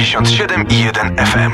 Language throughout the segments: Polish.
97,1 FM.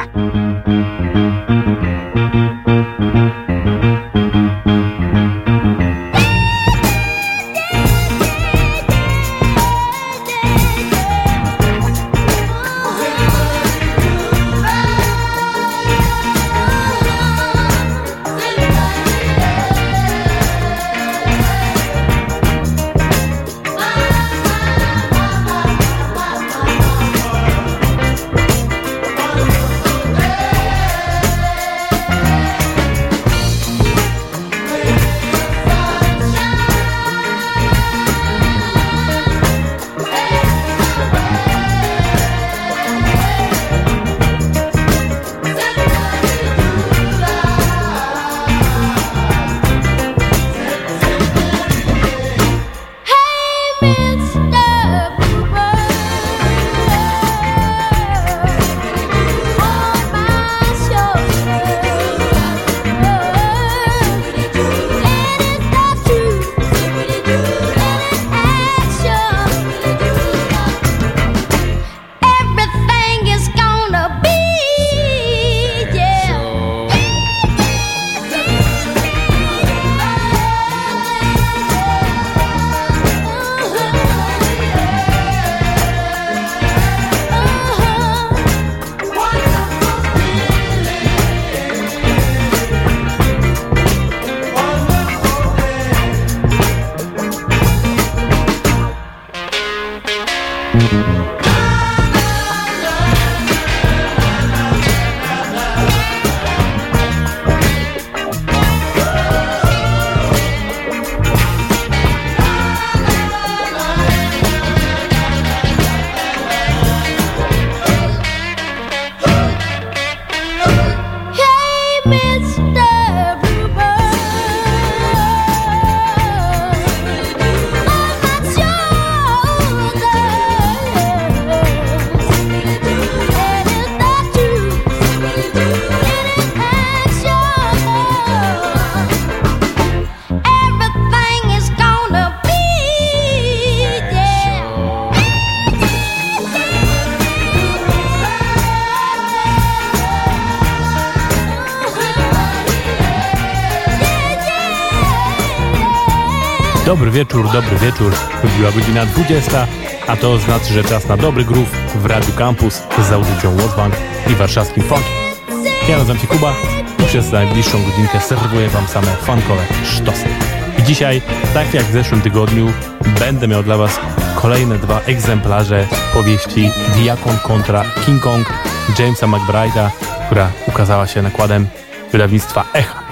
Dobry wieczór. Wybiła godzina 20, a to znaczy, że czas na dobry groove w Radiu Campus z audycją Wolfgang i warszawskim funkiem. Ja nazywam się Kuba i przez najbliższą godzinkę serwuję wam same funkowe sztosy. I dzisiaj, tak jak w zeszłym tygodniu, będę miał dla was kolejne 2 egzemplarze powieści Diakon kontra King Kong Jamesa McBride'a, która ukazała się nakładem wydawnictwa Echa.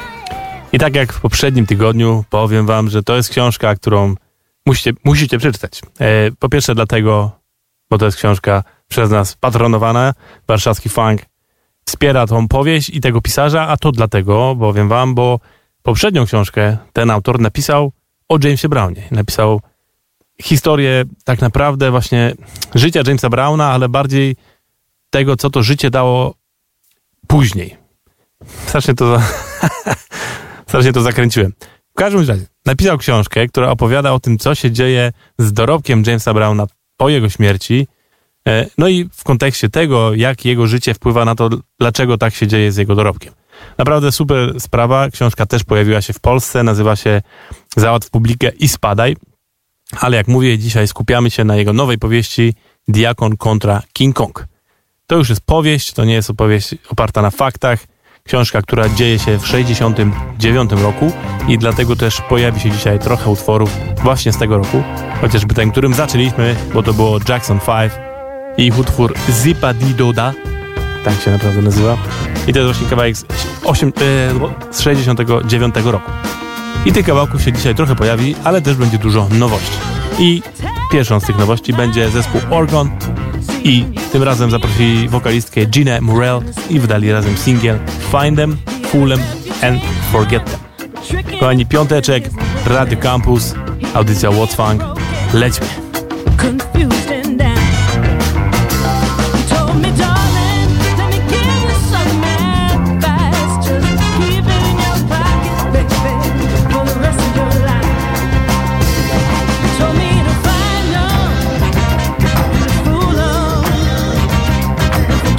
I tak jak w poprzednim tygodniu powiem wam, że to jest książka, którą musicie przeczytać. Po pierwsze dlatego, bo to jest książka przez nas patronowana. Warszawski Funk wspiera tą powieść i tego pisarza, a to dlatego, powiem wam, bo poprzednią książkę ten autor napisał o Jamesie Brownie. Napisał historię tak naprawdę właśnie życia Jamesa Browna, ale bardziej tego, co to życie dało później. Strasznie to zakręciłem. W każdym razie napisał książkę, która opowiada o tym, co się dzieje z dorobkiem Jamesa Browna po jego śmierci. No i w kontekście tego, jak jego życie wpływa na to, dlaczego tak się dzieje z jego dorobkiem. Naprawdę super sprawa. Książka też pojawiła się w Polsce. Nazywa się Załatw publikę i spadaj. Ale jak mówię, dzisiaj skupiamy się na jego nowej powieści Diakon kontra King Kong. To już jest powieść, to nie jest opowieść oparta na faktach. Książka, która dzieje się w 1969 roku i dlatego też pojawi się dzisiaj trochę utworów właśnie z tego roku. Chociażby ten, którym zaczęliśmy, bo to było Jackson 5 i ich utwór Zip-a-dee-do-da. Tak się naprawdę nazywa. I to jest właśnie kawałek z 69 roku. I tych kawałków się dzisiaj trochę pojawi, ale też będzie dużo nowości. I pierwszą z tych nowości będzie zespół Orgon i tym razem zaprosili wokalistkę Ginę Murrell i wydali razem singiel Find Them, Fool Them and Forget Them. Kochani, piąteczek, Radio Campus, audycja What's Funk, lećmy. Forget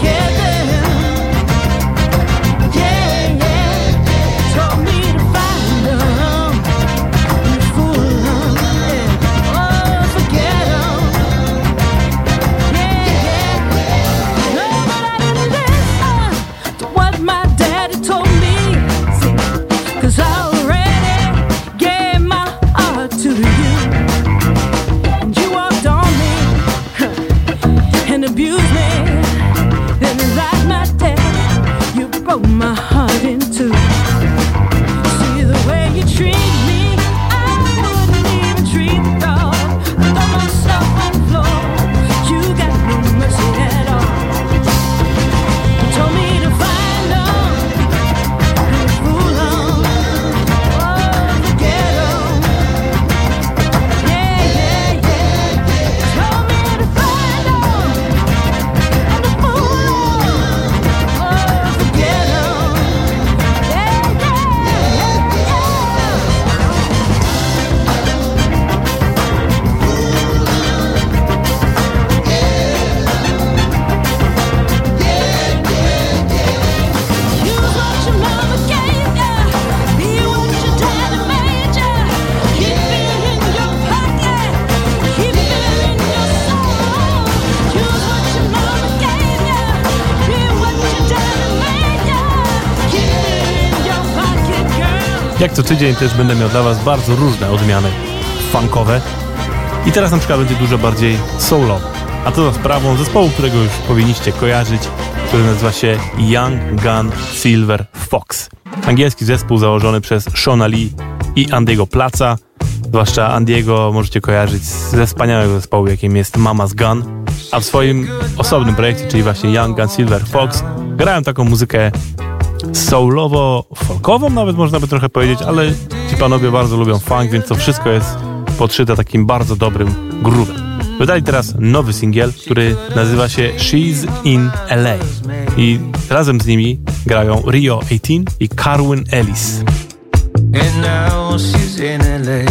Jak co tydzień też będę miał dla was bardzo różne odmiany funkowe. I teraz na przykład będzie dużo bardziej soulowe. A to za sprawą zespołu, którego już powinniście kojarzyć, który nazywa się Young Gun Silver Fox. Angielski zespół założony przez Shona Lee i Andy'ego Placa. Zwłaszcza Andy'ego możecie kojarzyć ze wspaniałego zespołu, jakim jest Mama's Gun. A w swoim osobnym projekcie, czyli właśnie Young Gun Silver Fox, grają taką muzykę soulowo-folkową, nawet można by trochę powiedzieć, ale ci panowie bardzo lubią funk, więc to wszystko jest podszyte takim bardzo dobrym groovem. Wydali teraz nowy singiel, który nazywa się She's in LA i razem z nimi grają Rio 18 i Carwyn Ellis. And now she's in LA.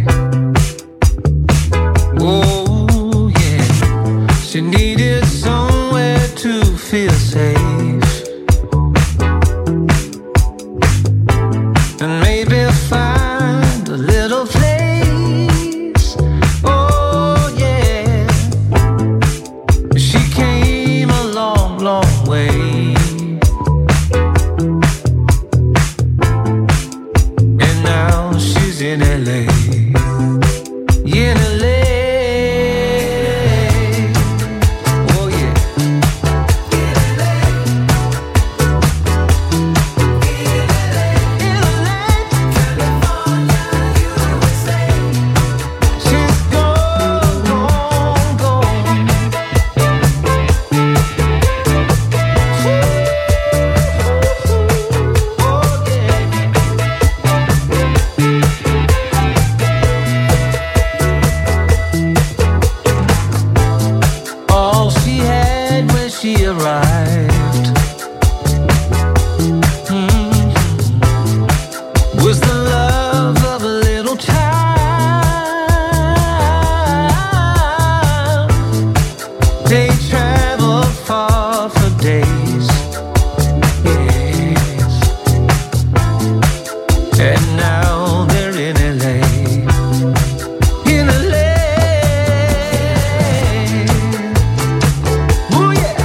Oh yeah, she needed somewhere to feel safe, and maybe find a little place. Oh yeah, she came a long, long way. And now she's in LA. In LA. Oh yeah. She's gone, gone, gone. Oh yeah. All she had when she arrived was the love of a little child. They traveled far for days, yes, and now they're in LA. In LA. Oh yeah.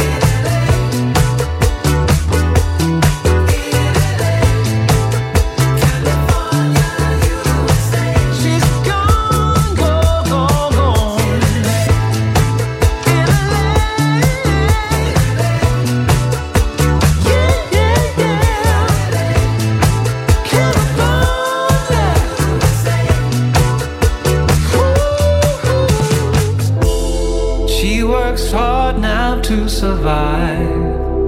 She's gone, gone, gone, gone. In LA. Yeah, yeah, yeah. California. Ooh. She works hard now to survive.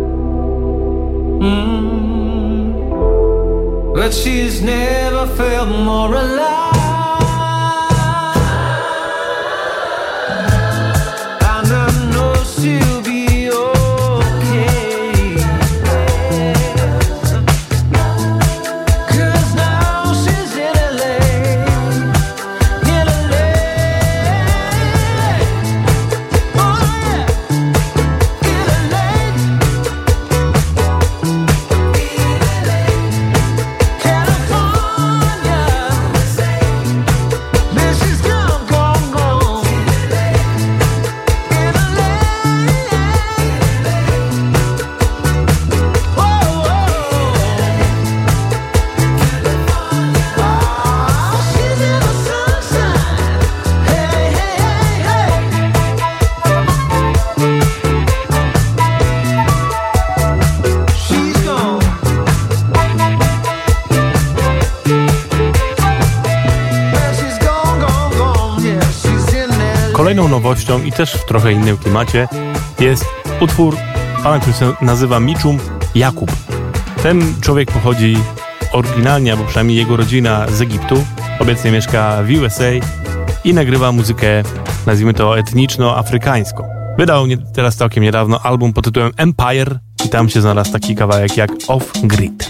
But she's never felt more alive. And I know she'll be okay. 'Cause now she's in LA. In LA. Oh yeah. In LA. California. Then she's gone, gone, gone. In LA. Whoa, whoa. Oh, she's in the sunshine. Hey, hey, hey, hey. She's gone. Yeah, she's gone, gone, gone. Yeah, she's in there. Kolejną nowością i też w trochę innym klimacie jest utwór pana, który się nazywa Miczum Jakub. Ten człowiek pochodzi oryginalnie, albo przynajmniej jego rodzina z Egiptu. Obecnie mieszka w USA i nagrywa muzykę, nazwijmy to etniczno-afrykańską. Wydał teraz całkiem niedawno album pod tytułem Empire i tam się znalazł taki kawałek jak Off Grid.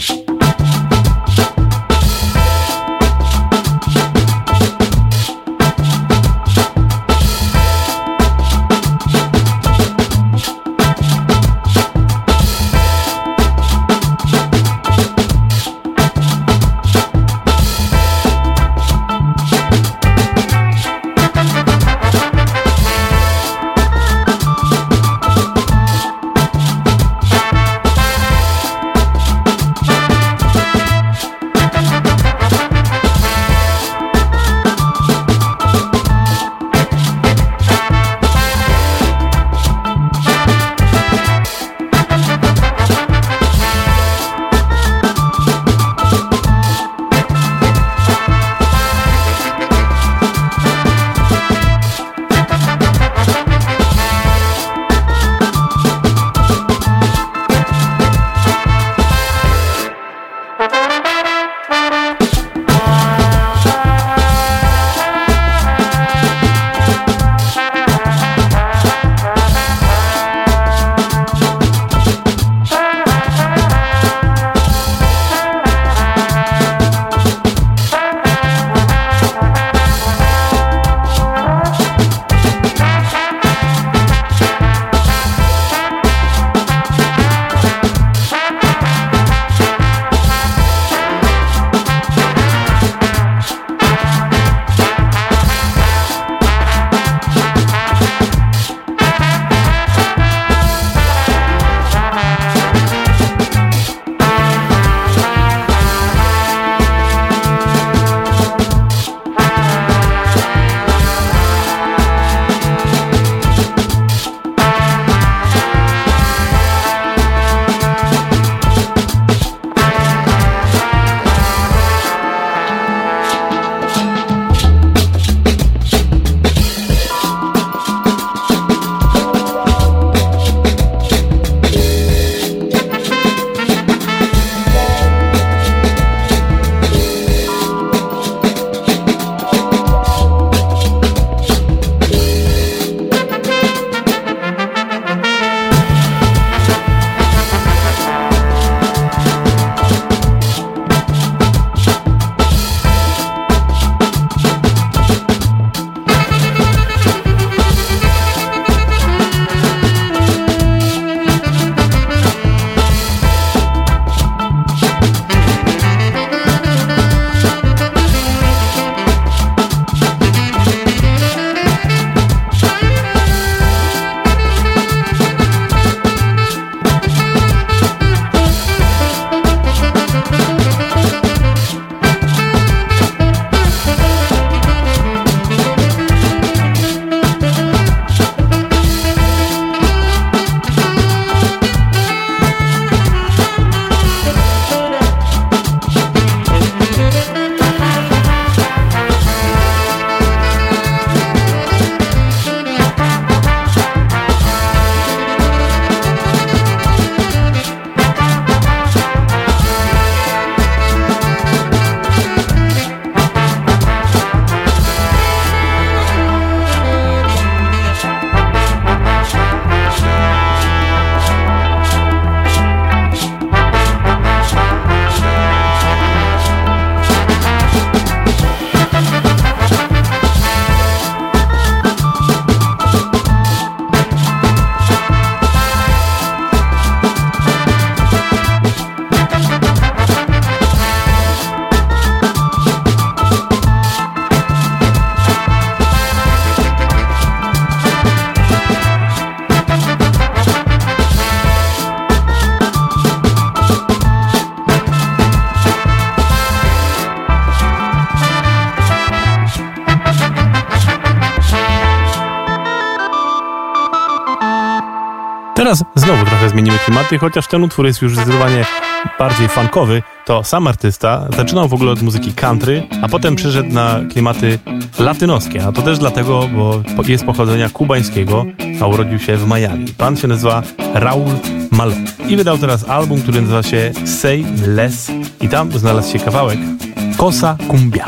Teraz znowu trochę zmienimy klimaty, chociaż ten utwór jest już zdecydowanie bardziej funkowy, to sam artysta zaczynał w ogóle od muzyki country, a potem przeszedł na klimaty latynoskie, a to też dlatego, bo jest pochodzenia kubańskiego, a urodził się w Miami. Pan się nazywa Raúl Malón i wydał teraz album, który nazywa się Say Less i tam znalazł się kawałek Cosa Cumbia.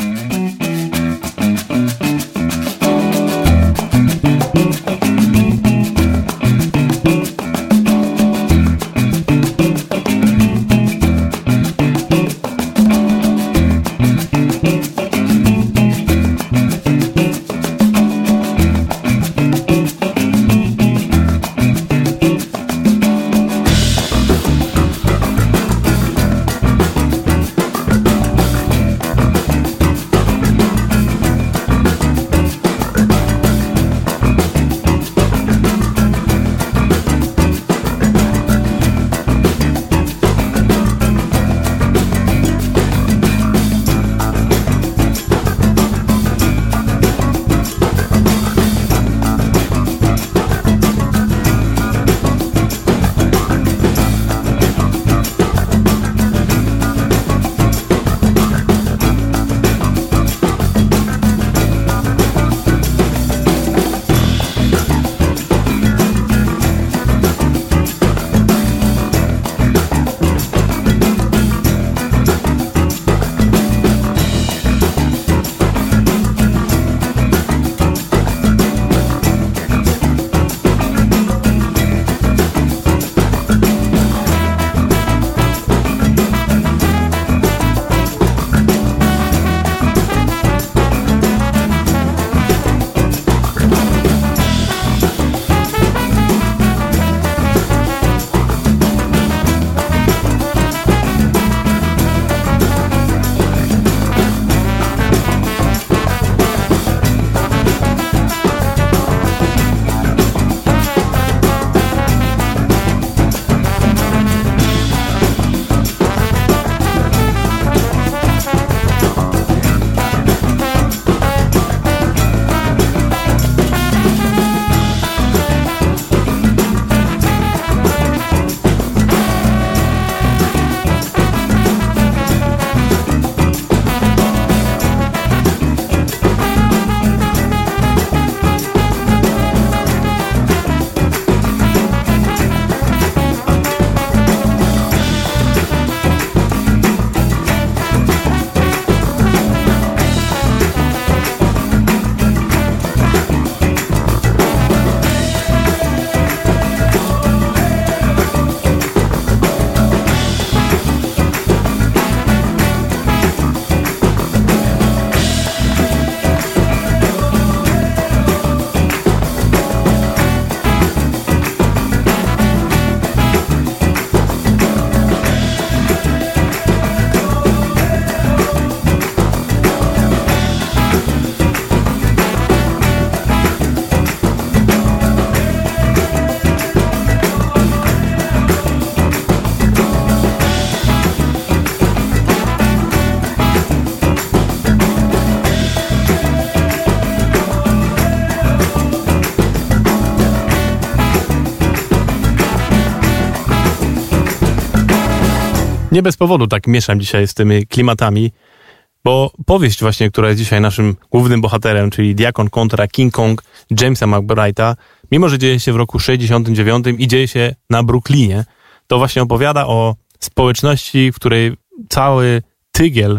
Nie bez powodu tak mieszam dzisiaj z tymi klimatami, bo powieść właśnie, która jest dzisiaj naszym głównym bohaterem, czyli Diakon kontra King Kong Jamesa McBride'a, mimo że dzieje się w roku 69 i dzieje się na Brooklynie, to właśnie opowiada o społeczności, w której cały tygiel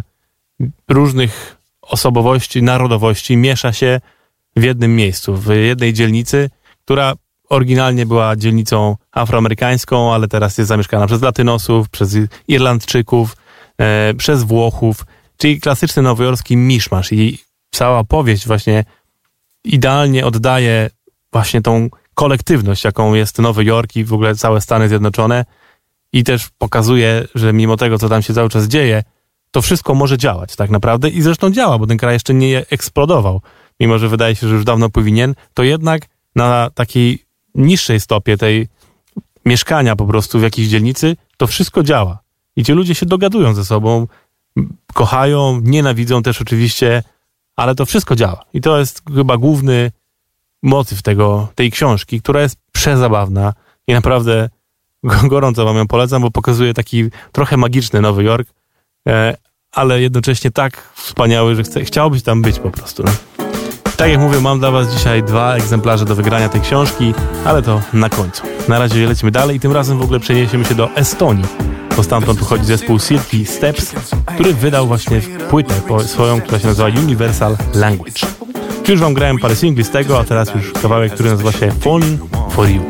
różnych osobowości, narodowości miesza się w jednym miejscu, w jednej dzielnicy, która oryginalnie była dzielnicą afroamerykańską, ale teraz jest zamieszkana przez Latynosów, przez Irlandczyków, przez Włochów, czyli klasyczny nowojorski miszmasz. I cała powieść właśnie idealnie oddaje właśnie tą kolektywność, jaką jest Nowy Jork i w ogóle całe Stany Zjednoczone i też pokazuje, że mimo tego, co tam się cały czas dzieje, to wszystko może działać tak naprawdę i zresztą działa, bo ten kraj jeszcze nie eksplodował. Mimo że wydaje się, że już dawno powinien, to jednak na takiej niższej stopie tej mieszkania po prostu w jakiejś dzielnicy, to wszystko działa. I ci ludzie się dogadują ze sobą, kochają, nienawidzą też oczywiście, ale to wszystko działa. I to jest chyba główny motyw tej książki, która jest przezabawna, i naprawdę gorąco wam ją polecam, bo pokazuje taki trochę magiczny Nowy Jork, ale jednocześnie tak wspaniały, że chciałobyś tam być po prostu. No. Tak jak mówię, mam dla was dzisiaj 2 egzemplarze do wygrania tej książki, ale to na końcu. Na razie lecimy dalej i tym razem w ogóle przeniesiemy się do Estonii, bo stamtąd pochodzi zespół Silky Steps, który wydał właśnie płytę swoją, która się nazywa Universal Language. Już wam grałem parę singli z tego, a teraz już kawałek, który nazywa się Falling for You.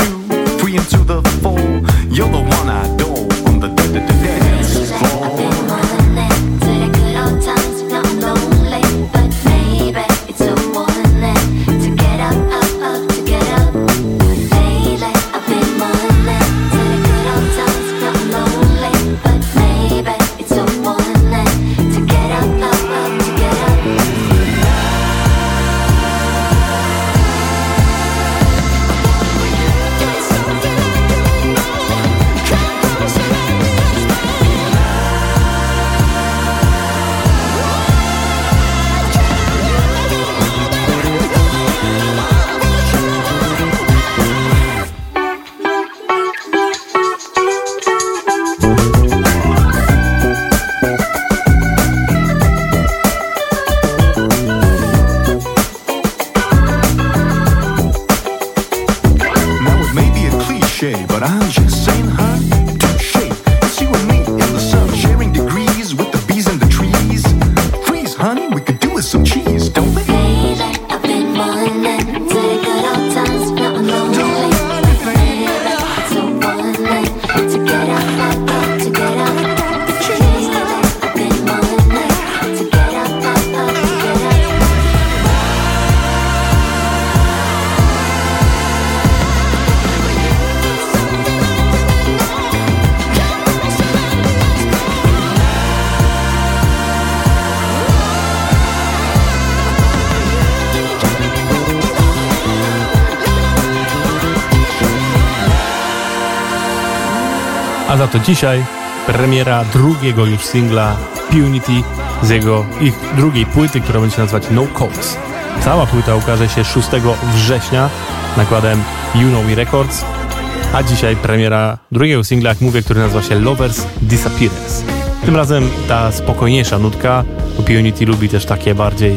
A za to dzisiaj premiera drugiego już singla Punity z ich drugiej płyty, która będzie się nazywać No Codes. Cała płyta ukaże się 6 września nakładem You Know Me Records, a dzisiaj premiera drugiego singla, jak mówię, który nazywa się Lovers Disappearance. Tym razem ta spokojniejsza nutka, bo Punity lubi też takie bardziej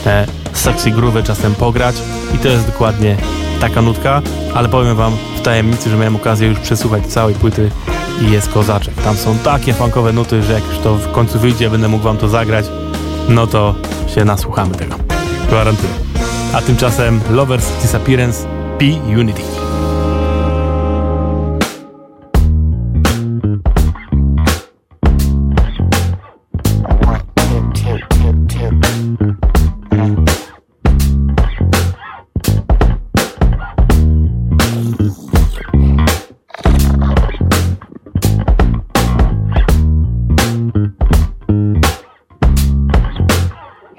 sexy groove czasem pograć i to jest dokładnie taka nutka, ale powiem wam w tajemnicy, że miałem okazję już przesłuchać całej płyty i jest kozaczek. Tam są takie funkowe nuty, że jak już to w końcu wyjdzie, będę mógł wam to zagrać, no to się nasłuchamy tego. Gwarantuję. A tymczasem Lovers Disappearance, P-Unity.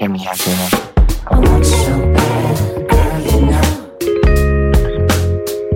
I want you so bad, girl, you know.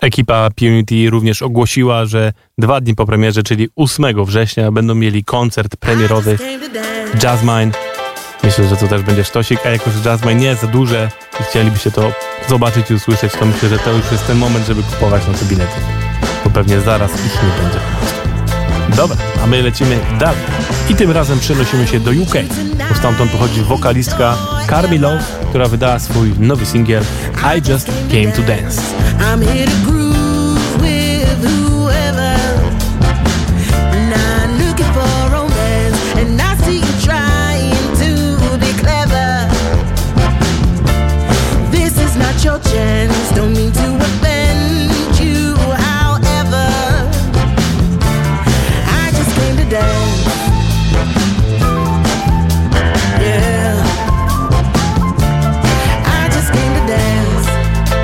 Ekipa Punity również ogłosiła, że 2 dni po premierze, czyli 8 września, będą mieli koncert premierowy Jazzmine. Myślę, że to też będzie sztosik, a jako że Jazzmine nie jest za duże i chcielibyście to zobaczyć i usłyszeć, to myślę, że to już jest ten moment, żeby kupować na te bilety, bo pewnie zaraz ich nie będzie. Dobra, a my lecimy dalej. I tym razem przenosimy się do UK, bo stamtąd pochodzi wokalistka Carmi Love, która wydała swój nowy singiel I Just Came to Dance. I'm here to groove with whoever. Not looking for romance, and I see you trying to be clever. This is not your chance, don't mean to offend you, however. I just came to dance. Yeah, I just came to dance.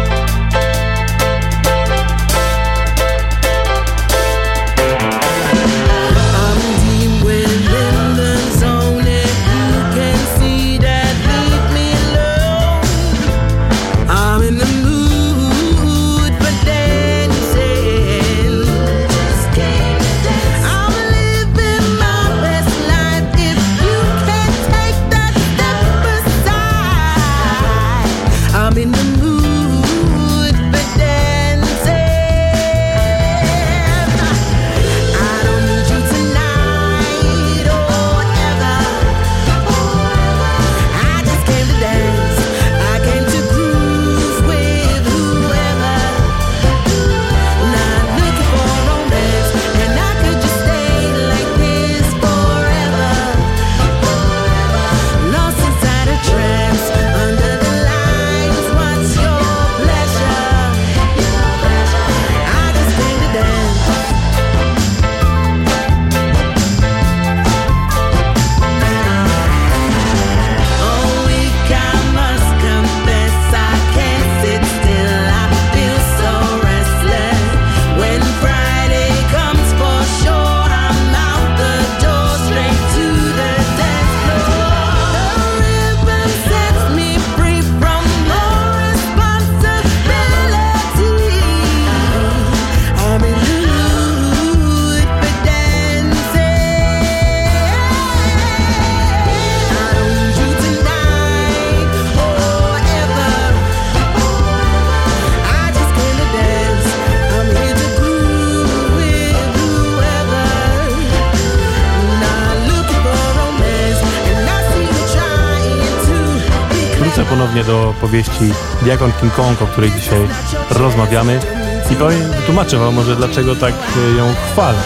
Ponownie do powieści Diakon King Kong, o której dzisiaj rozmawiamy i wytłumaczę wam może, dlaczego tak ją chwalę.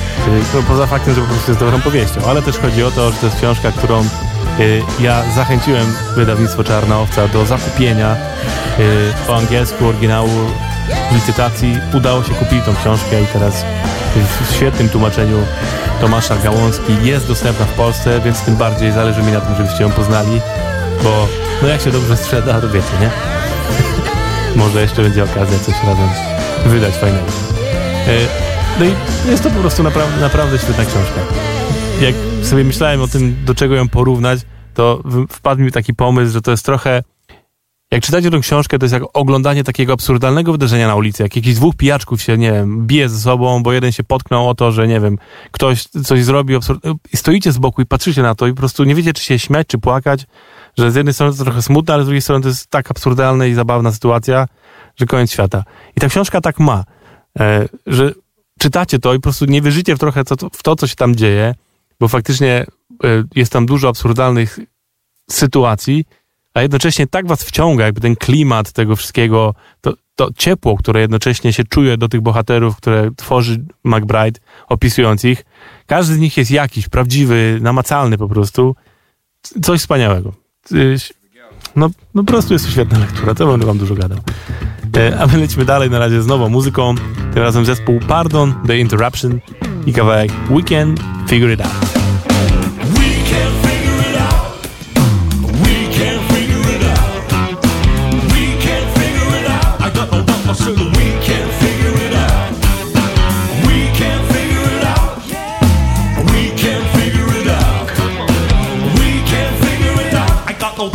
No, poza faktem, że po prostu jest dobrą powieścią, ale też chodzi o to, że to jest książka, którą ja zachęciłem wydawnictwo Czarna Owca do zakupienia po angielsku oryginału w licytacji. Udało się kupić tą książkę i teraz w świetnym tłumaczeniu Tomasza Gałązki jest dostępna w Polsce, więc tym bardziej zależy mi na tym, żebyście ją poznali, bo no jak się dobrze sprzeda, to wiecie, nie? Może jeszcze będzie okazja coś razem wydać fajnego. No i jest to po prostu naprawdę świetna książka. Jak sobie myślałem o tym, do czego ją porównać, to wpadł mi taki pomysł, że to jest trochę... Jak czytacie tę książkę, to jest jak oglądanie takiego absurdalnego wydarzenia na ulicy. Jak jakichś 2 pijaczków się, nie wiem, bije ze sobą, bo jeden się potknął o to, że nie wiem, ktoś coś zrobił i stoicie z boku i patrzycie na to i po prostu nie wiecie, czy się śmiać, czy płakać, że z jednej strony to trochę smutne, ale z drugiej strony to jest tak absurdalna i zabawna sytuacja, że koniec świata. I ta książka tak ma, że czytacie to i po prostu nie wierzycie w to, co się tam dzieje, bo faktycznie jest tam dużo absurdalnych sytuacji, a jednocześnie tak was wciąga, jakby ten klimat tego wszystkiego, to ciepło, które jednocześnie się czuje do tych bohaterów, które tworzy McBride, opisując ich. Każdy z nich jest jakiś, prawdziwy, namacalny po prostu. Coś wspaniałego. No po prostu jest to świetna lektura, to będę wam dużo gadał. A my lecimy dalej na razie z nową muzyką, tym razem zespół Pardon, The Interruption i kawałek We Can Figure It Out.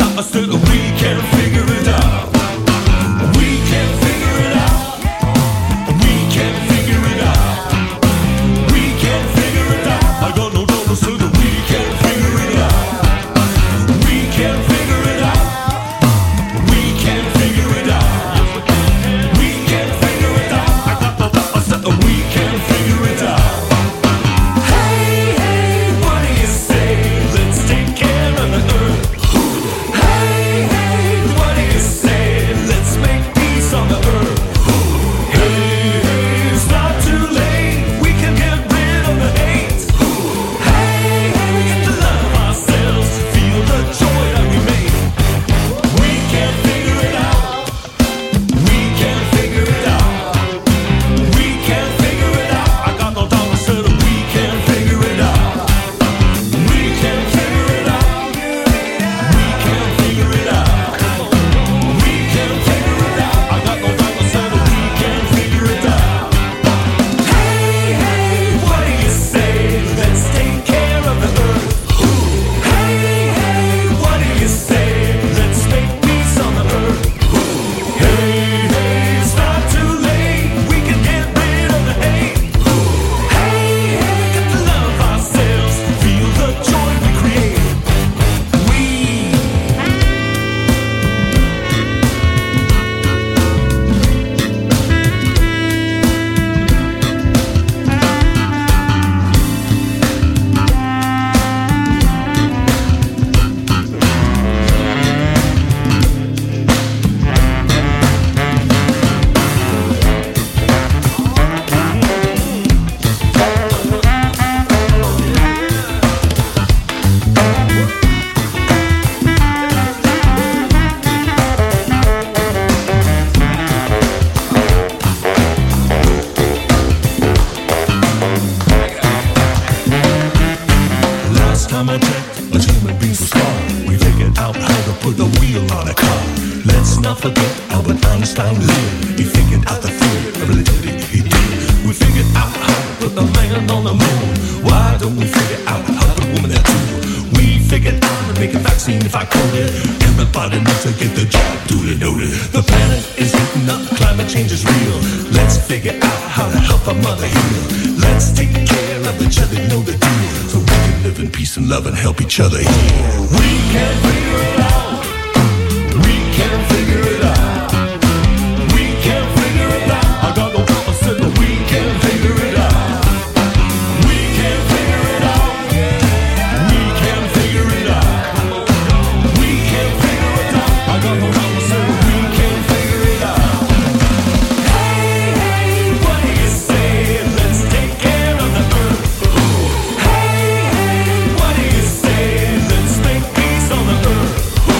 We can figure it out. We can figure it out. to put the wheel on a car. Let's not forget Albert Einstein lived. He figured out the theory of relativity. He did. We figured out how to put the man on the moon. Why don't we figure out how to put a woman there too? We figured out how to make a vaccine if I could it. Everybody needs to get the job duly noted. The planet is heating up, climate change is real. Let's figure out how to help our mother heal. Let's take care of each other, know the deal. So we can live in peace and love and help each other heal. We can figure it out. We can figure it out. We can figure it out. I got no problem saying that we can figure it out. We can figure it out. We can figure it out. We can figure it out. I got no problem saying that we can figure it out. Hey, hey, what do you say? Let's take care of the earth. Hey, hey, what do you say? Let's make peace on the earth.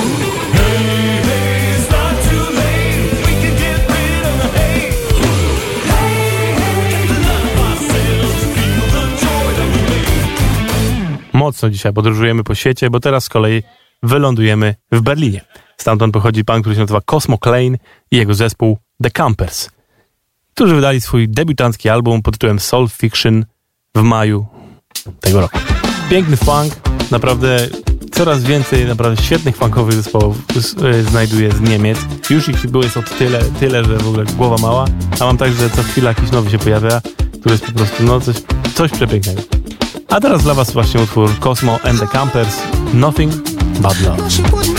Mocno dzisiaj podróżujemy po świecie, bo teraz z kolei wylądujemy w Berlinie. Stamtąd pochodzi pan, który się nazywa Cosmo Klein i jego zespół The Campers, którzy wydali swój debiutancki album pod tytułem Soul Fiction w maju tego roku. Piękny funk, naprawdę coraz więcej naprawdę świetnych funkowych zespołów znajduję z Niemiec. Już ich było jest od tyle, że w ogóle głowa mała, a mam tak, że co chwila jakiś nowy się pojawia, który jest po prostu coś przepięknego. A teraz dla was właśnie utwór Cosmo and the Campers, Nothing But Love.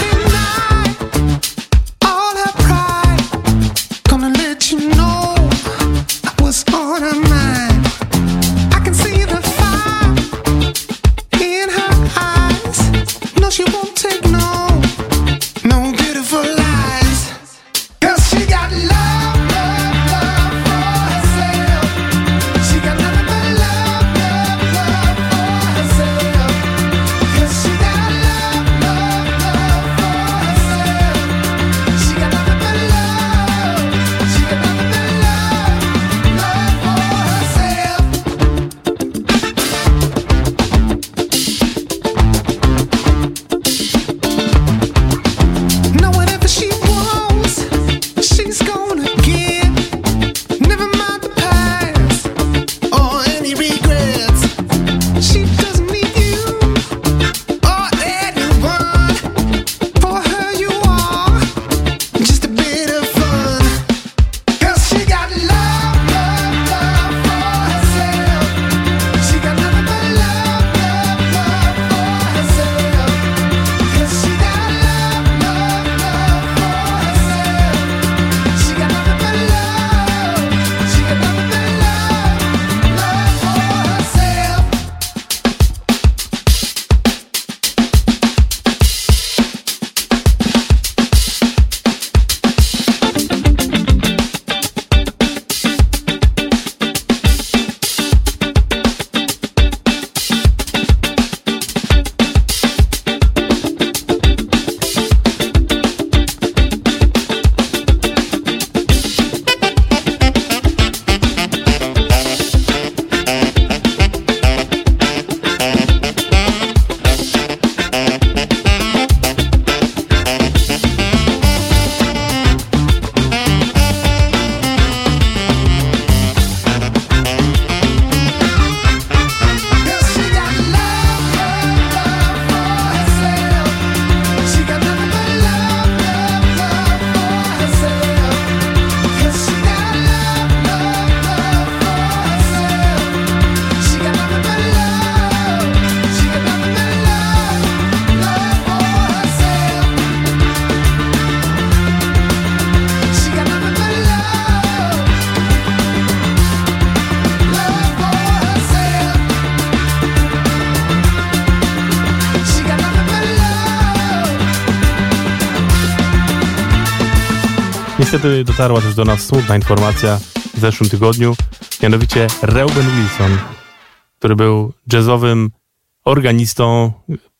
Niestety dotarła też do nas smutna informacja w zeszłym tygodniu, mianowicie Reuben Wilson, który był jazzowym organistą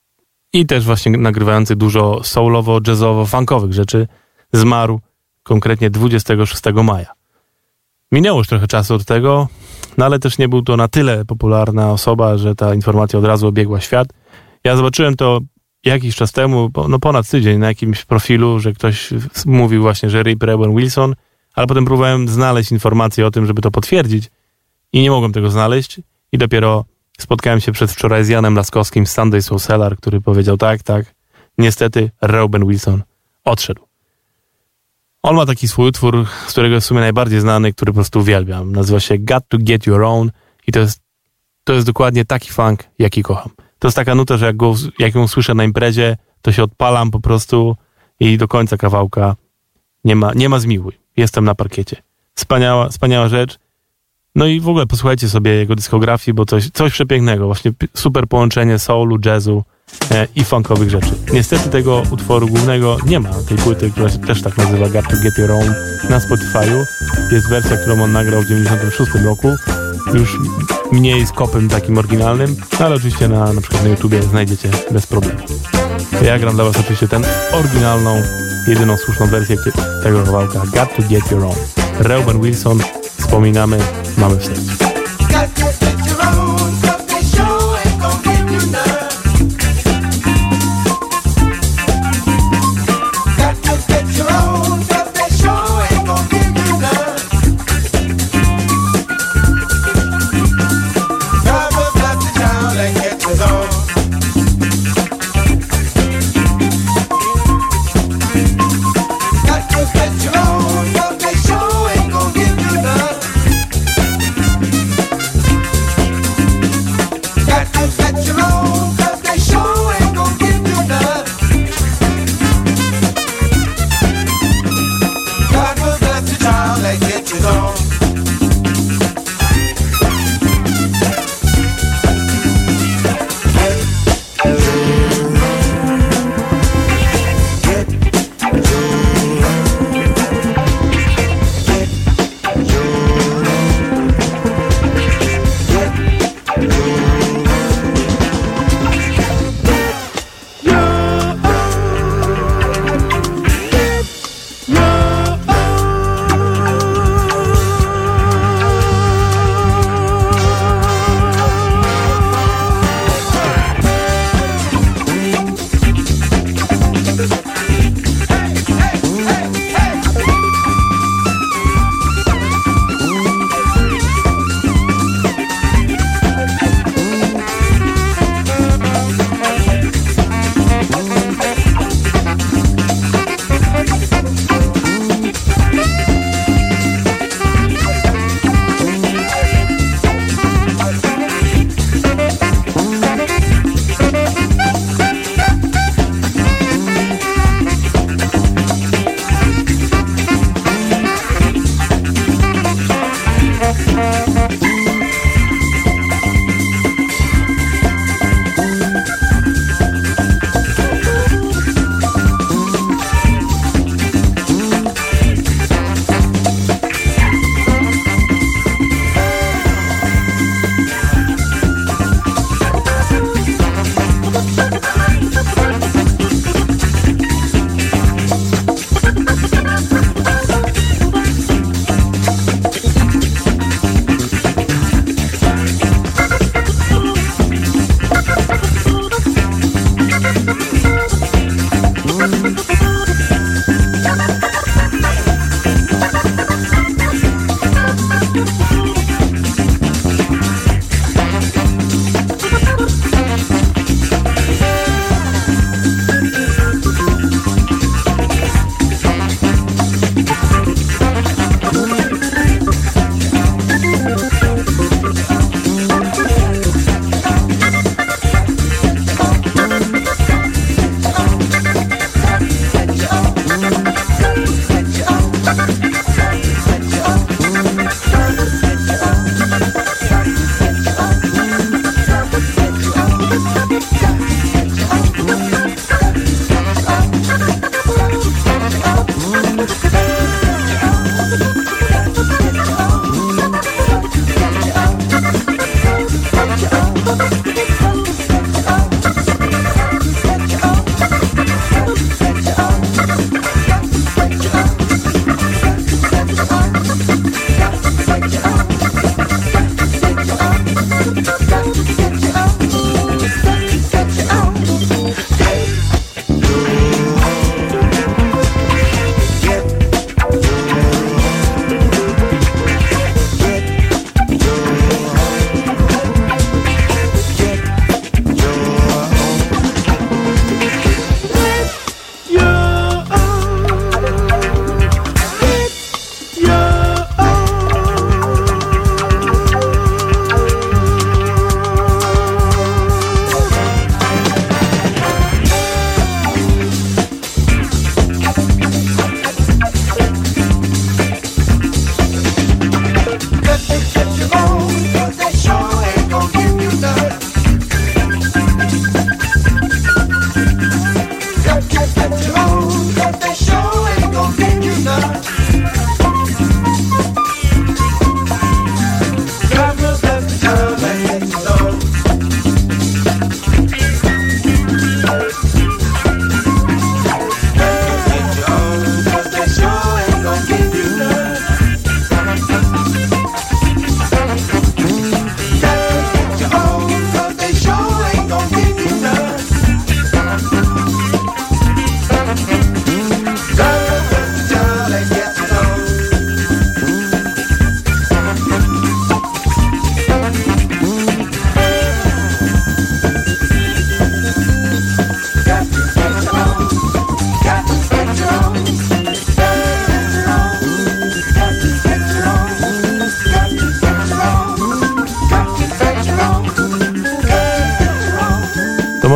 i też właśnie nagrywający dużo soulowo-jazzowo-funkowych rzeczy, zmarł konkretnie 26 maja. Minęło już trochę czasu od tego, no ale też nie był to na tyle popularna osoba, że ta informacja od razu obiegła świat. Ja zobaczyłem to jakiś czas temu, ponad tydzień na jakimś profilu, że ktoś mówił właśnie, że Rip Reuben Wilson, ale potem próbowałem znaleźć informacje o tym, żeby to potwierdzić i nie mogłem tego znaleźć i dopiero spotkałem się przedwczoraj z Janem Laskowskim z Sunday Soul Cellar, który powiedział tak, niestety Reuben Wilson odszedł. On ma taki swój utwór, z którego jest w sumie najbardziej znany, który po prostu uwielbiam. Nazywa się Got to Get Your Own i to jest dokładnie taki funk, jaki kocham. To jest taka nuta, że jak ją słyszę na imprezie, to się odpalam po prostu i do końca kawałka nie ma zmiłuj. Jestem na parkiecie. Wspaniała rzecz. No i w ogóle posłuchajcie sobie jego dyskografii, bo coś przepięknego. Właśnie super połączenie soulu, jazzu i funkowych rzeczy. Niestety tego utworu głównego nie ma, tej płyty, która się też tak nazywa Got to Get Your Own na Spotify'u. Jest wersja, którą on nagrał w 1996 roku. Już mniej z kopem takim oryginalnym, no ale oczywiście na przykład na YouTubie znajdziecie bez problemu. Ja gram dla was oczywiście tę oryginalną, jedyną słuszną wersję tego kawałka Got to Get Your Own. Reuben Wilson, wspominamy, mamy w sercu.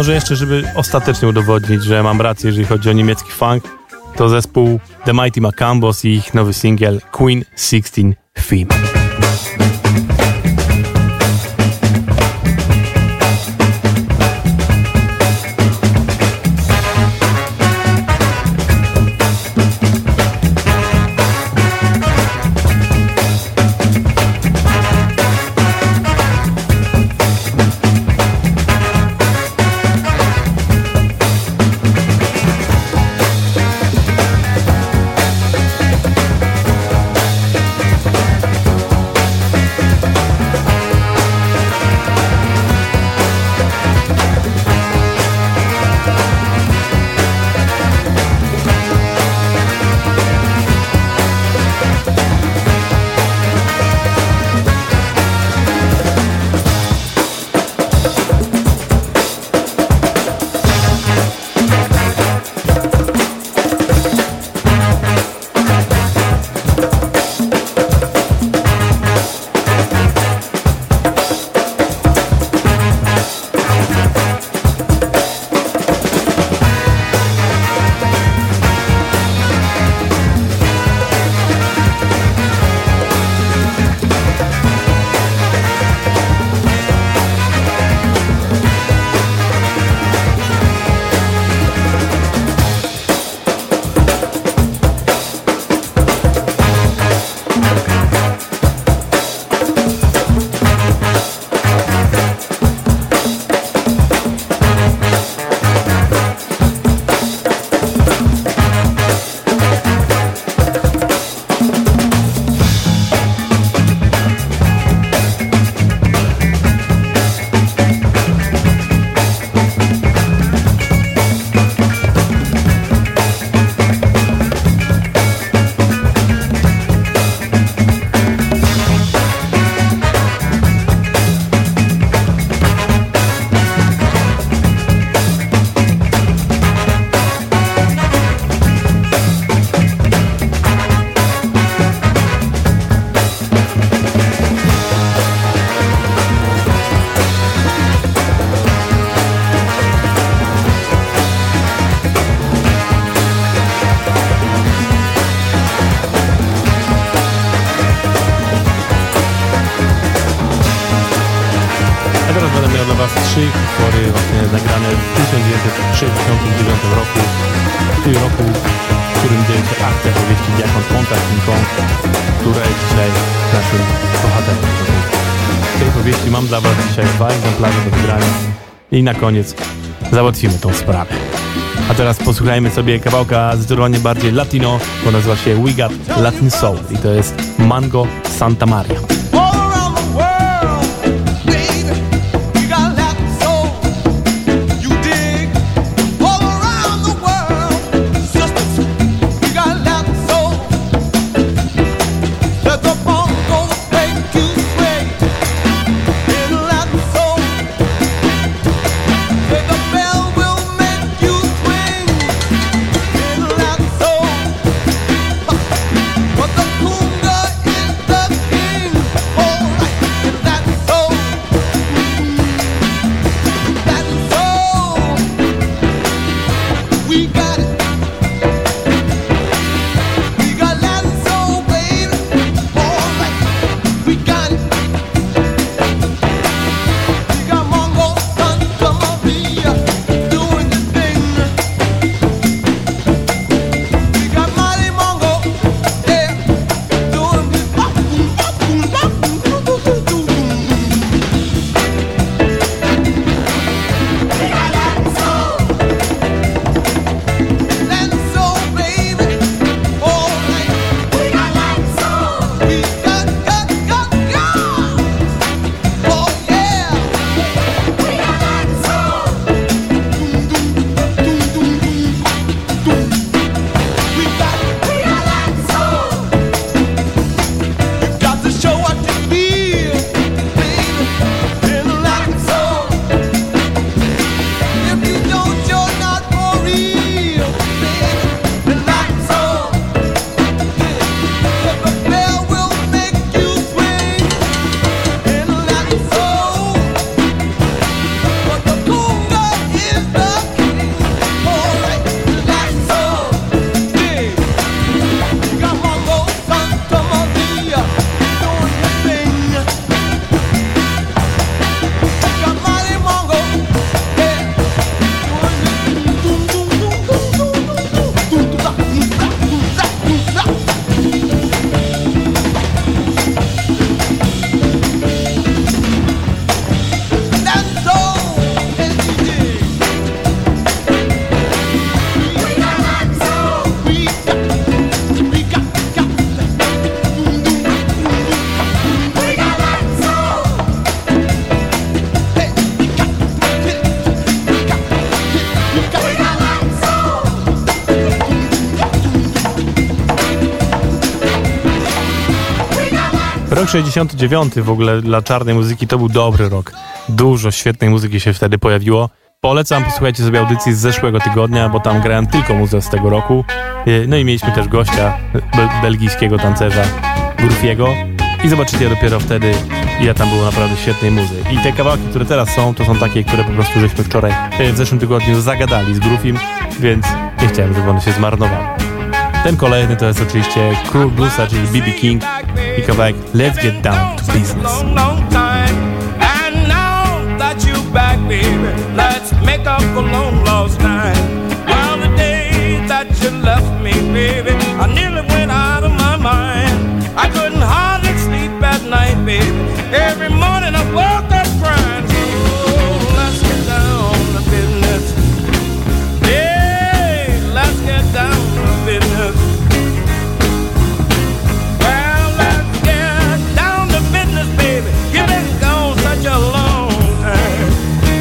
może jeszcze, żeby ostatecznie udowodnić, że mam rację, jeżeli chodzi o niemiecki funk, to zespół The Mighty Macambos i ich nowy singiel Queen 16 Theme. Trzy utwory właśnie nagrane w 1969 roku, w tym roku, w którym dzieje się akcja powieści Diakon Ponta King Kong, która jest dzisiaj naszym bohaterem. Z tej powieści mam dla was dzisiaj 2 egzemplarze do wygrania i na koniec załatwimy tą sprawę. A teraz posłuchajmy sobie kawałka zdecydowanie bardziej latino, bo nazywa się We Got Latin Soul i to jest Mango Santa Maria. But the conga is the king. Rok 69 w ogóle dla czarnej muzyki to był dobry rok. Dużo świetnej muzyki się wtedy pojawiło. Polecam, posłuchajcie sobie audycji z zeszłego tygodnia, bo tam grałem tylko muzykę z tego roku. No i mieliśmy też gościa, belgijskiego tancerza Groofiego. I zobaczycie dopiero wtedy, ile tam było naprawdę świetnej muzy. I te kawałki, które teraz są, to są takie, które po prostu żeśmy wczoraj, w zeszłym tygodniu zagadali z Groofim, więc nie chciałem, żeby one się zmarnowały. Ten kolejny to jest oczywiście Cruel Bluesa, czyli B.B. King i kawałek Let's Get Down to Business. Back, baby, let's make up for long lost time. Well, the day that you left me, baby, I nearly went out of my mind. I couldn't hardly sleep at night, baby. Every morning I woke up crying. So let's get down to business. Hey, let's get down to business. Well, let's get down to business, baby. You've been gone such a long time.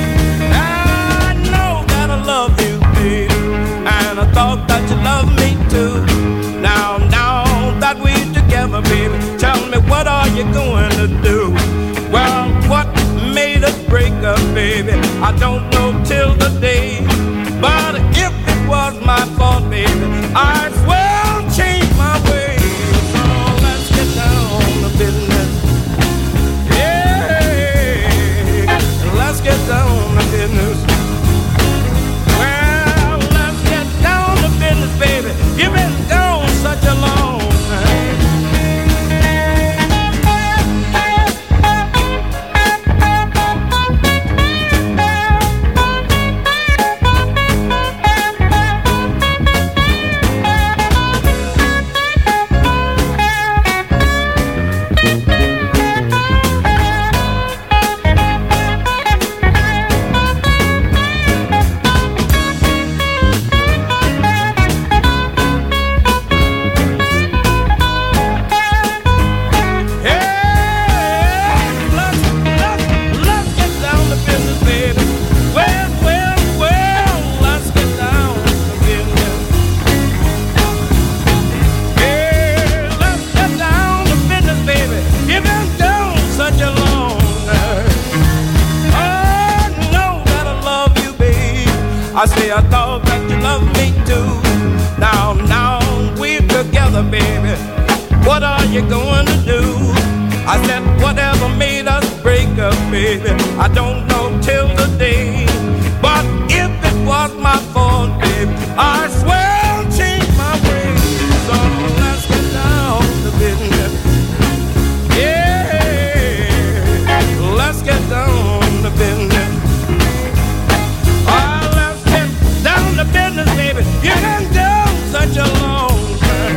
Thought that you loved me too. Now that we're together, baby, tell me what are you going to do? Well, what made us break up, baby? I don't know till the day. But if it was my fault, baby, I swear I'll change my ways. So let's get down to business. Yeah, let's get down to business. Baby, you've been gone such a long time. I say I thought that you loved me too. Now we're together, baby. What are you going to do? I said whatever made us break up, baby, I don't know till the day. But if it was my fault, baby, I swear I'll change my ways. So let's get down to business. Yeah, let's get down to business. Business, baby, you've been down such a long time.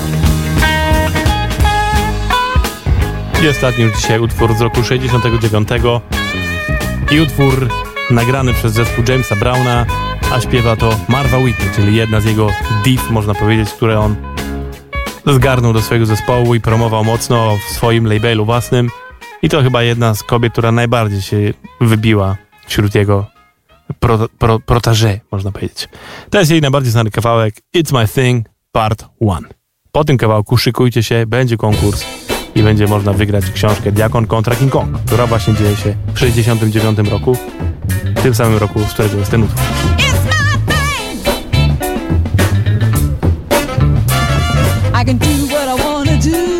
I ostatni już dzisiaj utwór z roku 69 i utwór nagrany przez zespół Jamesa Browna, a śpiewa to Marva Whitney, czyli jedna z jego div, można powiedzieć, które on zgarnął do swojego zespołu i promował mocno w swoim labelu własnym. I to chyba jedna z kobiet, która najbardziej się wybiła wśród jego protégé, można powiedzieć. To jest jej najbardziej znany kawałek It's My Thing Part 1. Po tym kawałku szykujcie się, będzie konkurs i będzie można wygrać książkę Diakon kontra King Kong, która właśnie dzieje się w 69 roku, w tym samym roku, z którego jest ten utwór. I can do what I wanna do.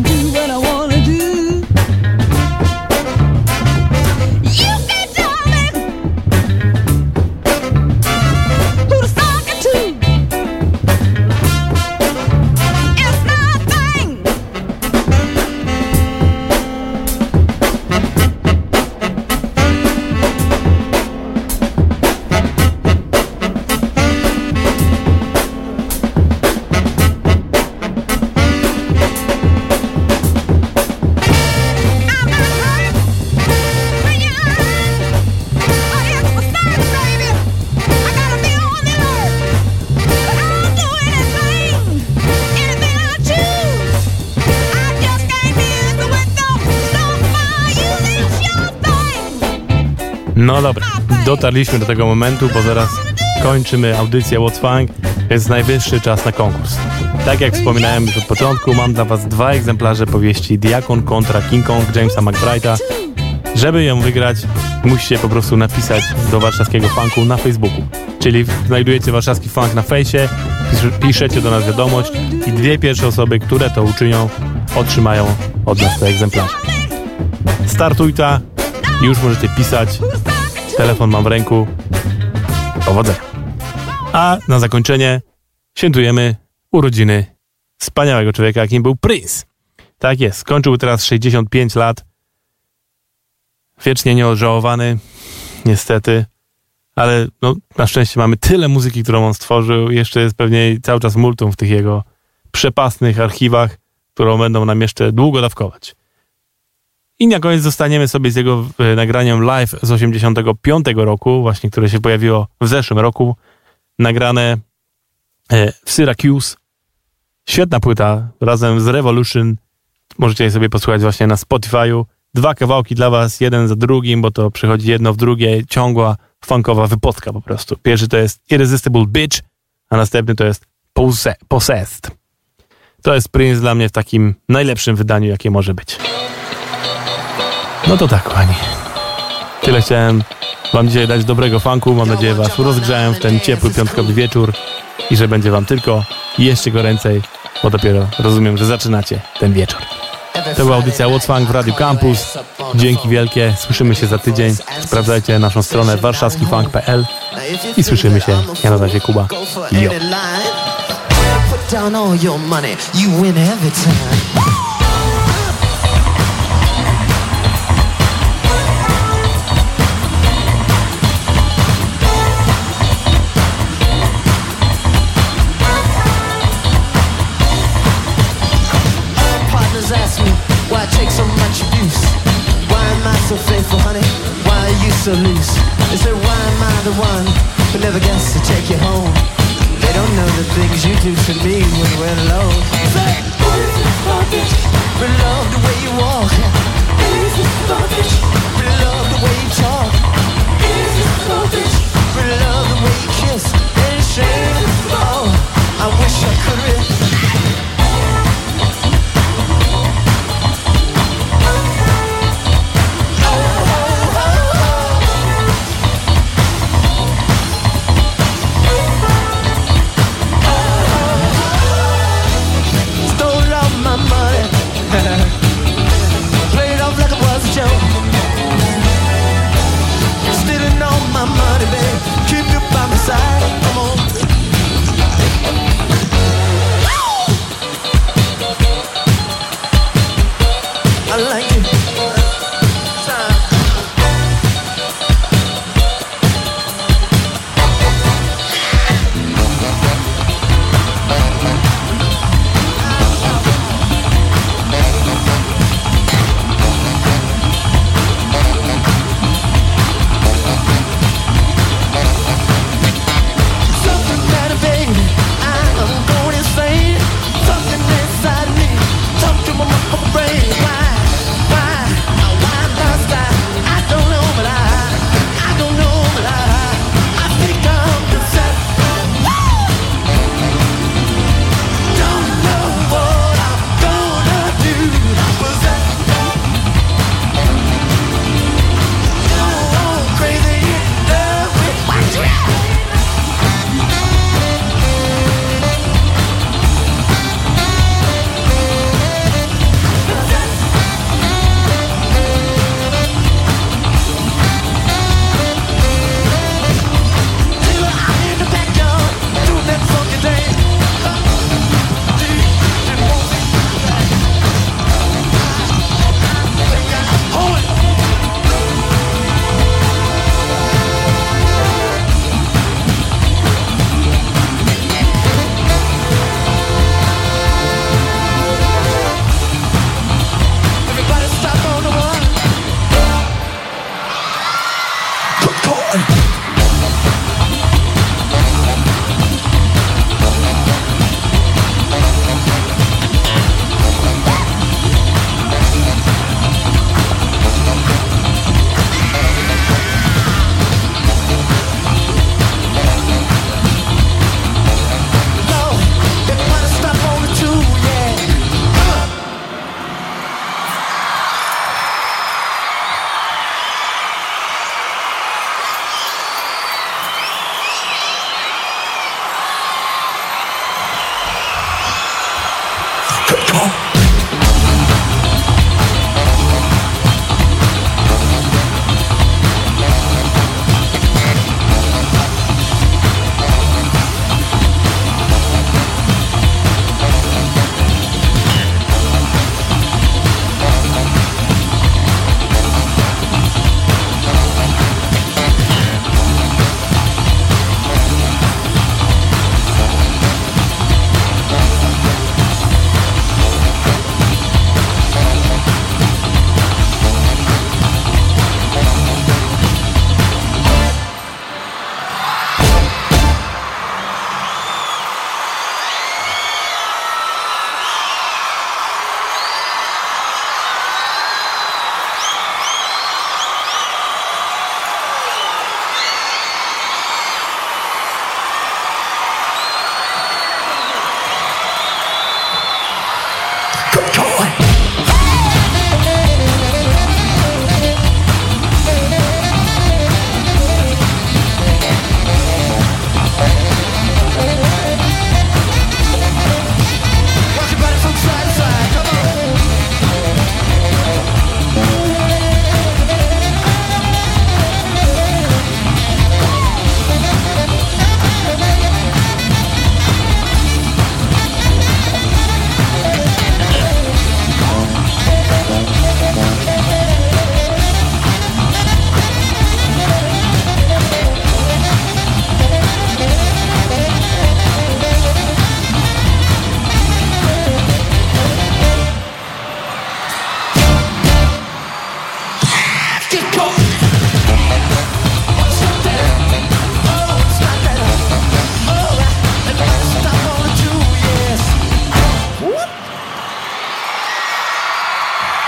can do what I wanna do. You can tell me who to talk to. It's nothing. No dobra, dotarliśmy do tego momentu, bo zaraz kończymy audycję What's Funk, więc najwyższy czas na konkurs. Tak jak wspominałem już od początku, mam dla was 2 egzemplarze powieści Diakon kontra King Kong Jamesa McBride'a. Żeby ją wygrać, musicie po prostu napisać do warszawskiego funku na Facebooku. Czyli znajdujecie warszawski funk na fejsie, piszecie do nas wiadomość i 2 pierwsze osoby, które to uczynią, otrzymają od nas te egzemplarze. Startujta, już możecie pisać, telefon mam w ręku. Powodzenia. A na zakończenie świętujemy urodziny wspaniałego człowieka, jakim był Prince. Tak jest, skończył teraz 65 lat. Wiecznie nieodżałowany, niestety. Ale no, na szczęście mamy tyle muzyki, którą on stworzył. Jeszcze jest pewnie cały czas multum w tych jego przepastnych archiwach, którą będą nam jeszcze długo dawkować. I na koniec zostaniemy sobie z jego nagraniem live z 85 roku, właśnie, które się pojawiło w zeszłym roku. Nagrane w Syracuse. Świetna płyta, razem z Revolution. Możecie je sobie posłuchać właśnie na Spotify'u. 2 kawałki dla was, jeden za drugim, bo to przychodzi jedno w drugie, ciągła, funkowa wypotka po prostu. Pierwszy to jest Irresistible Bitch, a następny to jest Possessed. To jest Prince dla mnie w takim najlepszym wydaniu, jakie może być. No to tak, kochani. Tyle chciałem wam dzisiaj dać dobrego funku. Mam nadzieję, was rozgrzałem w ten ciepły piątkowy wieczór i że będzie wam tylko jeszcze goręcej, bo dopiero rozumiem, że zaczynacie ten wieczór. To była audycja What's Funk w Radio Campus. Dzięki wielkie. Słyszymy się za tydzień. Sprawdzajcie naszą stronę warszawskifunk.pl i słyszymy się. Ja nazywam się Kuba. Jo. Why take so much abuse? Why am I so faithful, honey? Why are you so loose? They say, why am I the one who never gets to take you home? They don't know the things you do to me when we're alone. Say, we love the way you walk. We love the way you talk. We love the way you kiss and shake. Oh, I wish I could play it off like it was a joke. Stealing all my money, babe. Keep you by my side. Come on. I like it.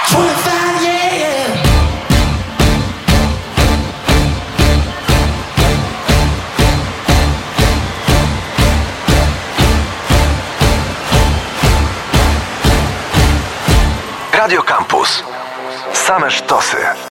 25 years. Radio Campus. Same sztosy.